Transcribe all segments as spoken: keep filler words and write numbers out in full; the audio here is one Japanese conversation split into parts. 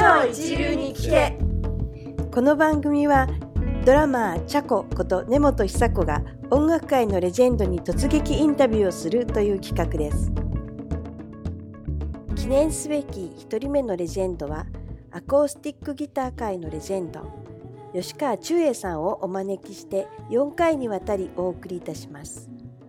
超一流に聞け。 この番組はドラマーチャコこと根本久子が音楽界のレジェンドに突撃インタビューをするという企画です。記念すべきひとりめのレジェンドはアコースティックギター界のレジェンド吉川忠英さんをお招きしてよんかいにわたりお送りいたします。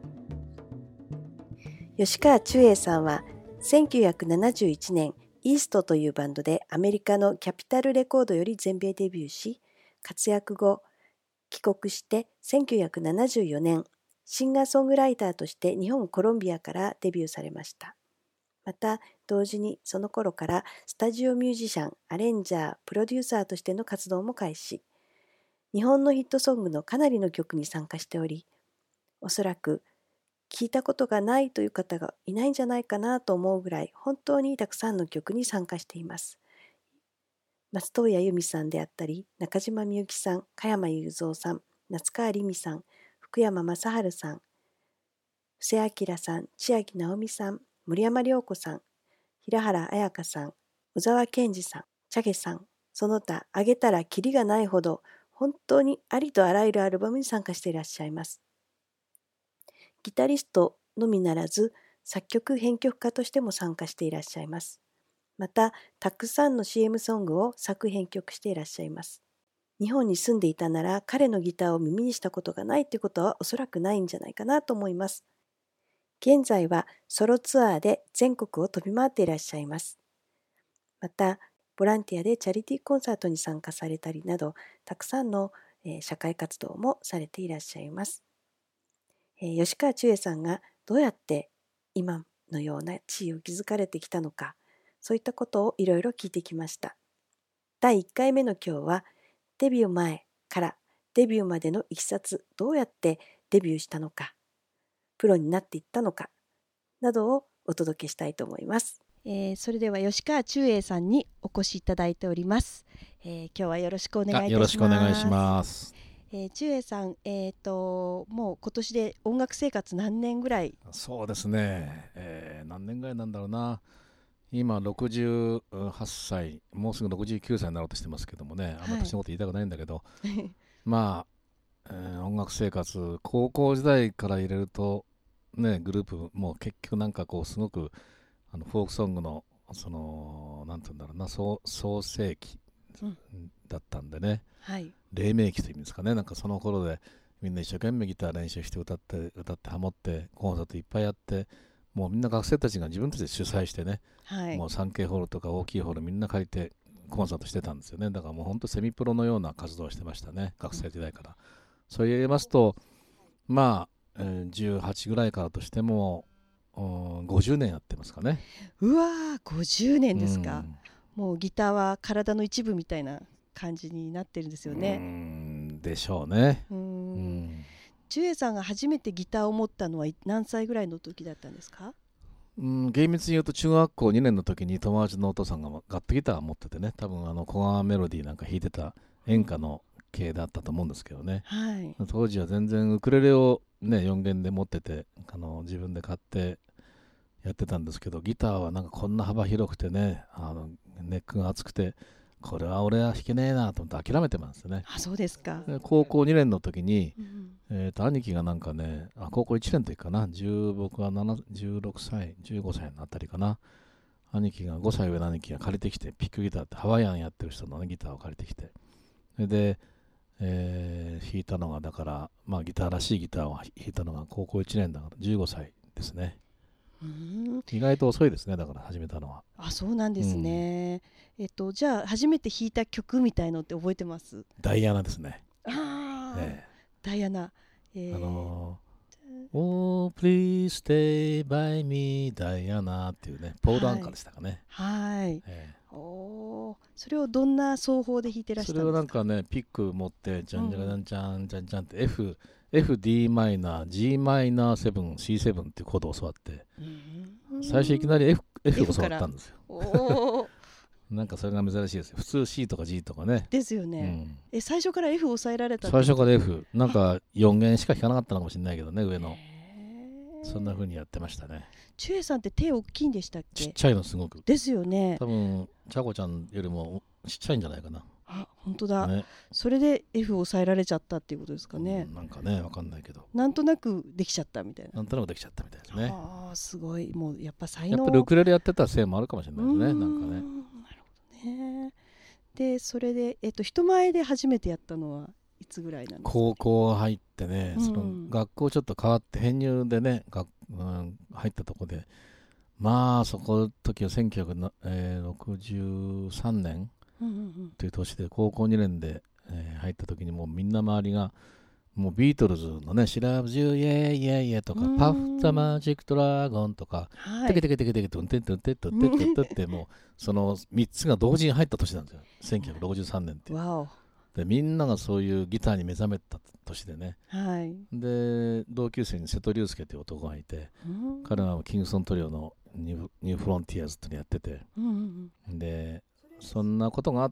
吉川忠英さんはせんきゅうひゃくななじゅういちねんイーストというバンドでアメリカのキャピタルレコードより全米デビューし、活躍後帰国してせんきゅうひゃくななじゅうよねんシンガーソングライターとして日本コロンビアからデビューされました。また同時にその頃からスタジオミュージシャン、アレンジャー、プロデューサーとしての活動も開始。日本のヒットソングのかなりの曲に参加しており、おそらく聞いたことがないという方がいないんじゃないかなと思うぐらい本当にたくさんの曲に参加しています。松任谷由実さんであったり、中島みゆきさん、加山雄三さん、夏川りみさん、福山雅治さん、布施明さん、千秋直美さん、森山良子さん、平原綾香さん、小沢健二さん、チャゲさん、その他挙げたらキリがないほど本当にありとあらゆるアルバムに参加していらっしゃいます。ギタリストのみならず作曲編曲家としても参加していらっしゃいます。またたくさんの シーエム ソングを作編曲していらっしゃいます。日本に住んでいたなら彼のギターを耳にしたことがないということはおそらくないんじゃないかなと思います。現在はソロツアーで全国を飛び回っていらっしゃいます。またボランティアでチャリティーコンサートに参加されたりなど、たくさんの、えー、社会活動もされていらっしゃいます。えー、吉川忠英さんがどうやって今のような地位を築かれてきたのか、そういったことをいろいろ聞いてきました。だいいっかいめの今日はデビュー前からデビューまでのいきさつ、どうやってデビューしたのか、プロになっていったのかなどをお届けしたいと思います。えー、それでは吉川忠英さんにお越しいただいております。えー、今日はよろしくお願いいたします。 よろしくお願いします。 えー、忠英さん、えーと、もう今年で音楽生活何年ぐらい？ そうですね、えー、何年ぐらいなんだろうな。今ろくじゅうはっさい、もうすぐろくじゅうきゅうさいになろうとしてますけどもね、あんまり年のこと言いたくないんだけど、はい、まあ、えー、音楽生活高校時代から入れるとね、グループも結局なんかこうすごくあのフォークソングのそのなんていうんだろうな、創世期だったんでね、うん、はい、黎明期というんですかね、なんかその頃でみんな一生懸命ギター練習して歌って歌ってハモってコンサートいっぱいやって、もうみんな学生たちが自分たちで主催してね、はい、もう スリーケー ホールとか大きいホールみんな借りてコンサートしてたんですよね。だからもう本当セミプロのような活動をしてましたね、学生時代から、うん、そう言いますとまあえー、じゅうはちぐらいからとしてもごじゅうねんやってますかね。 うわー、ごじゅうねんですか、うん、もうギターは体の一部みたいな感じになってるんですよね。 うーんでしょうね。 うーん忠英さんが初めてギターを持ったのは何歳ぐらいの時だったんですか？ うん、厳密に言うと中学校にねんの時に友達のお父さんが楽器ギターを持っててね、多分あの小川メロディーなんか弾いてた演歌の系だったと思うんですけどね、はい、当時は全然ウクレレをねよん弦で持ってて、あの自分で買ってやってたんですけど、ギターはなんかこんな幅広くてね、あのネックが厚くて、これは俺は弾けねえなと思って諦めてますね。 あ、そうですか。 で高校にねんの時に、うんえー、と兄貴がなんかね、あ高校いちねんの時かな、じゅう僕はじゅうろくさいじゅうごさいのあたりかな、兄貴がごさい上の兄貴が借りてきて、ピックギターってハワイアンやってる人の、ね、ギターを借りてきて、それでえー、弾いたのがだから、まあ、ギターらしいギターを弾いたのが高校いちねんだからじゅうごさいですね。うーん意外と遅いですね、だから始めたのは。 あ、そうなんですね、うん、えっとじゃあ初めて弾いた曲みたいのって覚えてます？ ダイアナですね。 あ、えー、ダイアナ、えー、 あのー、Oh please stay by me ダイアナっていうね、ポールアンカーでしたかね。 はい、はい、えー、おそれをどんな奏法で弾いてらっしゃったんですか？ それをなんかね、ピック持ってジャンジャラジャンジャンジャンジャンって F F、D マイナー、G マイナーセブン、シーセブンっていうコードを教わって、うん、最初いきなり F, F を教わったんですよ。おなんかそれが珍しいですよ。普通 C とか G とかね。 ですよね。うん、え最初から F を抑えられた？ 最初から F、なんかよん弦しか弾かなかったのかもしれないけどね、上の。そんな風にやってましたね。 忠英さんって手大きいんでしたっけ？ ちっちゃいのすごく。 ですよね。 多分ちゃこちゃんよりもちっちゃいんじゃないかな。 あ、本当だ、 ね、 それで F を抑えられちゃったっていうことですかね、 うん、なんかね、わかんないけどなんとなくできちゃったみたいな。 なんとなくできちゃったみたいですね。 ああ、すごい。もうやっぱ才能、 やっぱりウクレレやってたせいもあるかもしれないですね。なんかね。 なるほどね。でそれで、えっと、人前で初めてやったのはいつぐらいなんですか？ 高校入ってね、 うん、 その学校ちょっと変わって編入でね、学うん、入ったとこで、まあそこの時はせんきゅうひゃくろくじゅうさんねんという年で高校にねんで、えー、入った時にもうみんな周りがもうビートルズのね、シラブジューイエーイエーイエーとか、パフザマジックドラゴンとか、テケテケテケテケトンテントンテントンテントンテンってもうそのみっつが同時に入った年なんですよ。せんきゅうひゃくろくじゅうさんねんって。 わお。 でみんながそういうギターに目覚めた年でね。 はい。 で同級生に瀬戸龍介という男がいて、彼はキングソントリオのニュー、ニューフロンティアーズってのやってて、うんうん、でそんなことがあって、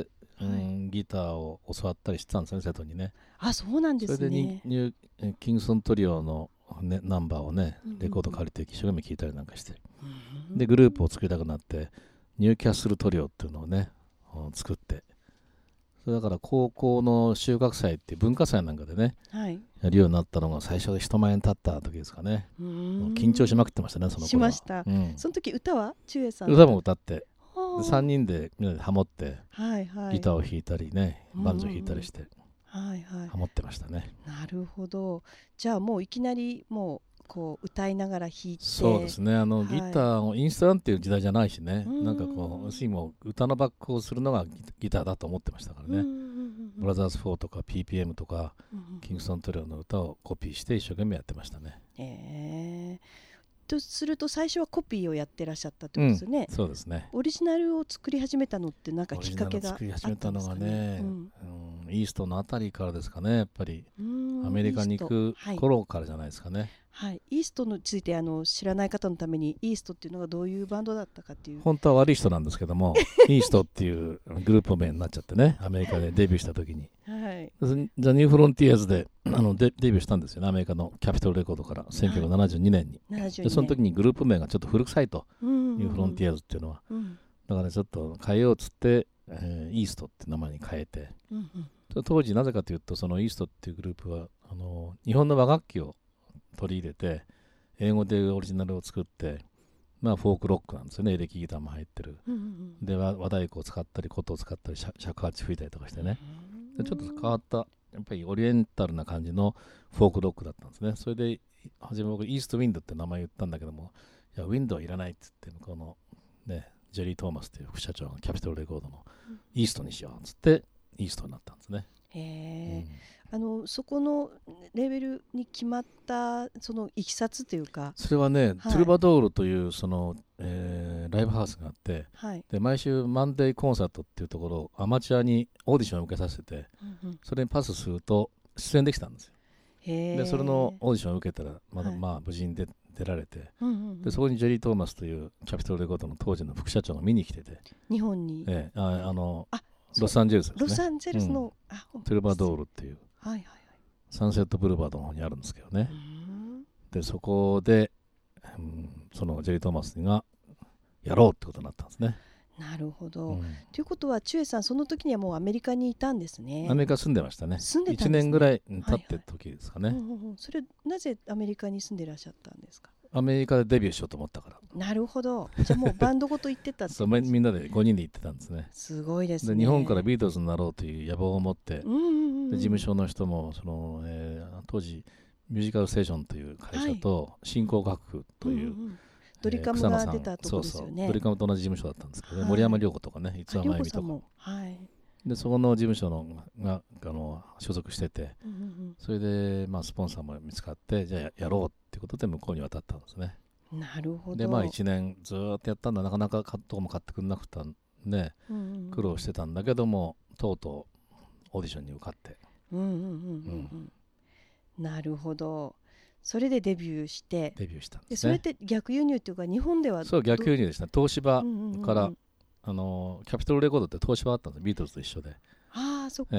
うん、ギターを教わったりしてたんですね、瀬戸にね。 あ、そうなんですね。 それでニューキングソントリオの、ね、ナンバーをね、レコード借りて一生懸命聴いたりなんかして、うん、でグループを作りたくなってニューキャッスルトリオっていうのをね作って、それだから高校の収穫祭って文化祭なんかでね、はい、やるようになったのが最初で人前に立った時ですかね。緊張しまくってましたね、その頃は。しました、 うん、その時歌はちゅうえいさん歌も歌ってさんにんでみんなでハモって、はいはい、ギターを弾いたりね、バンジョ弾いたりして、はいはい、ハモってましたね。 なるほど。じゃあもういきなりもうこう歌いながら弾いて。 そうですね、あの、はい、ギターをインストなんていう時代じゃないしね、んなんかこう私も歌のバックをするのがギターだと思ってましたからね。ブラザーズフォーとか ピーピーエム とか、うんうん、キングソントリオの歌をコピーして一生懸命やってましたね。 えーとすると最初はコピーをやってらっしゃったってことですよね、 うん、そうですね。 オリジナルを作り始めたのって何かきっかけがあったんですかね。 オリジナルを作り始めたのがね、うんうん、イーストのあたりからですかね。やっぱりアメリカに行く頃からじゃないですかね。 はい、イーストについてあの知らない方のためにイーストっていうのがどういうバンドだったかっていう。 本当は悪い人なんですけどもイーストっていうグループ名になっちゃってね、アメリカでデビューした時に、はい、ザ・ニューフロンティアーズであの デ, デビューしたんですよね、アメリカのキャピトルレコードからせんきゅうひゃくななじゅうにねんに、はい、でその時にグループ名がちょっと古臭いと、うんうんうん、ニューフロンティアーズっていうのは、うん、だから、ね、ちょっと変えようっつって、えー、イーストって名前に変えて、うんうん、当時なぜかというと、そのイーストっていうグループはあの日本の和楽器を取り入れて英語でオリジナルを作って、まあ、フォークロックなんですよね。エレキギターも入ってる、うんうん、で和太鼓を使ったり琴を使ったり尺八吹いたりとかしてね、でちょっと変わったやっぱりオリエンタルな感じのフォークロックだったんですね。それで初め僕イーストウィンドって名前言ったんだけども、いやウィンドはいらないって言って、このねジェリー・トーマスという副社長がキャピトルレコードのイーストにしようっつってイーストになったんですね。へー、 うん、あのそこのレベルに決まったそのいきさつというか、 それはね、はい、トゥルバドールというその、えー、ライブハウスがあって、はい、で毎週マンデーコンサートっていうところをアマチュアにオーディションを受けさせて、うんうん、それにパスすると出演できたんですよ。へでそれのオーディションを受けたらまだ、はい、まあ、無事に 出, 出られて、うんうんうん、でそこにジェリー・トーマスというキャピトルレコードの当時の副社長が見に来てて、 日本に、 えー、ああのあロサンゼルスですね。 ロサンゼルスの、 うん、トゥルバドールっていう、はいはいはい、サンセットブルーバードの方にあるんですけどね。でそこで、うん、そのジェリー・トーマスがやろうってことになったんですね。 なるほど、うん、ということはチュエさんその時にはもうアメリカにいたんですね。 アメリカ住んでましたね。 住んでたんですね。いちねんぐらい経って時ですかね、はいはい、 うんうんうん、それなぜアメリカに住んでいらっしゃったんですか。 アメリカでデビューしようと思ったから。 なるほど。じゃあもうバンドごと行ってたってそうみんなでごにんで行ってたんですね。 すごいですね。 で日本からビートルズになろうという野望を持って、うんうんうん、で事務所の人もその、えー、当時ミュージカルステーションという会社と新興楽譜という、うんうん、 ドリカムが出たところですよね。 そうそうドリカムと同じ事務所だったんですけど、ね、はい、森山良子とかね、五輪真由美とか、はい、でそこの事務所のがあの所属してて、うんうんうん、それで、まあ、スポンサーも見つかってじゃあ や, やろうってことで向こうに渡ったんですね。 なるほど。 でまあいちねんずっとやったんだ。なかなかどこも買ってくれなくてね、うんうんうん、苦労してたんだけどもとうとうオーディションに受かって、うんうんうんうんうん、なるほど。それでデビューしてデビューしたんですね。 でそれって逆輸入というか日本ではそう逆輸入でした。東芝から、うんうんうん、あのキャピトルレコードって東芝あったんです、ビートルズと一緒で。 ああそっか、ええ、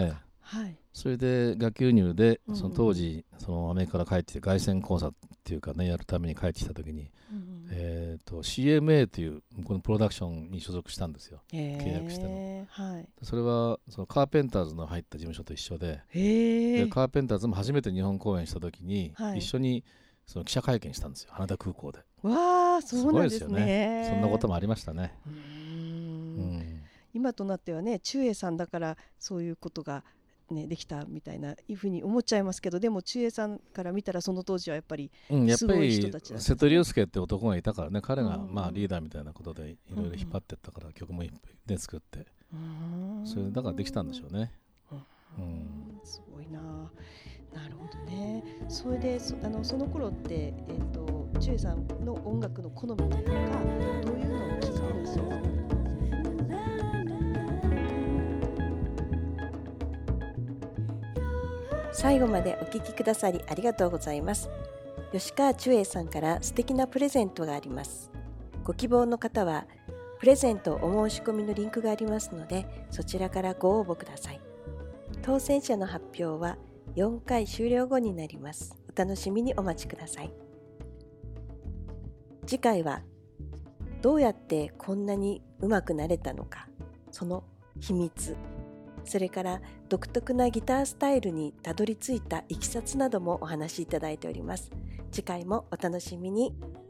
はい、 それで学級入でうんうんその当時そのアメリカから帰ってきて凱旋講座っていうかねやるために帰ってきた時に、 うんうん、 えー、と シーエムエー という向こうのプロダクションに所属したんですよ、 へー、 契約しての。 はい、 それはそのカーペンターズの入った事務所と一緒で、 へー、 でカーペンターズも初めて日本公演した時に、 はい、 一緒にその記者会見したんですよ、羽田空港で。 わー、そうなんですね。 すごいですよね。そんなこともありましたね。 うーん、 うん、 今となってはね、忠英さんだからそういうことが、ね、できたみたいないうふうに思っちゃいますけど、でも忠英さんから見たらその当時はやっぱりうん、やっすぱりごい人たちだったんですね。 瀬戸龍介って男がいたからね、彼がうんうんまあリーダーみたいなことでいろいろ引っ張ってったから、曲もで作って、 うーん、 それだからできたんでしょうね。 ううんん、すごいな。なるほどね。それで そ, あのその頃って、えー、と忠英さんの音楽の好みというか、どういうのを聴くんですか？最後までお聞きくださりありがとうございます。吉川忠英さんから素敵なプレゼントがあります。ご希望の方はプレゼントお申し込みのリンクがありますので、そちらからご応募ください。当選者の発表はよんかい終了後になります。お楽しみにお待ちください。次回はどうやってこんなに上手くなれたのか、その秘密、それから独特なギタースタイルにたどり着いたいきさつなどもお話しいただいております。次回もお楽しみに。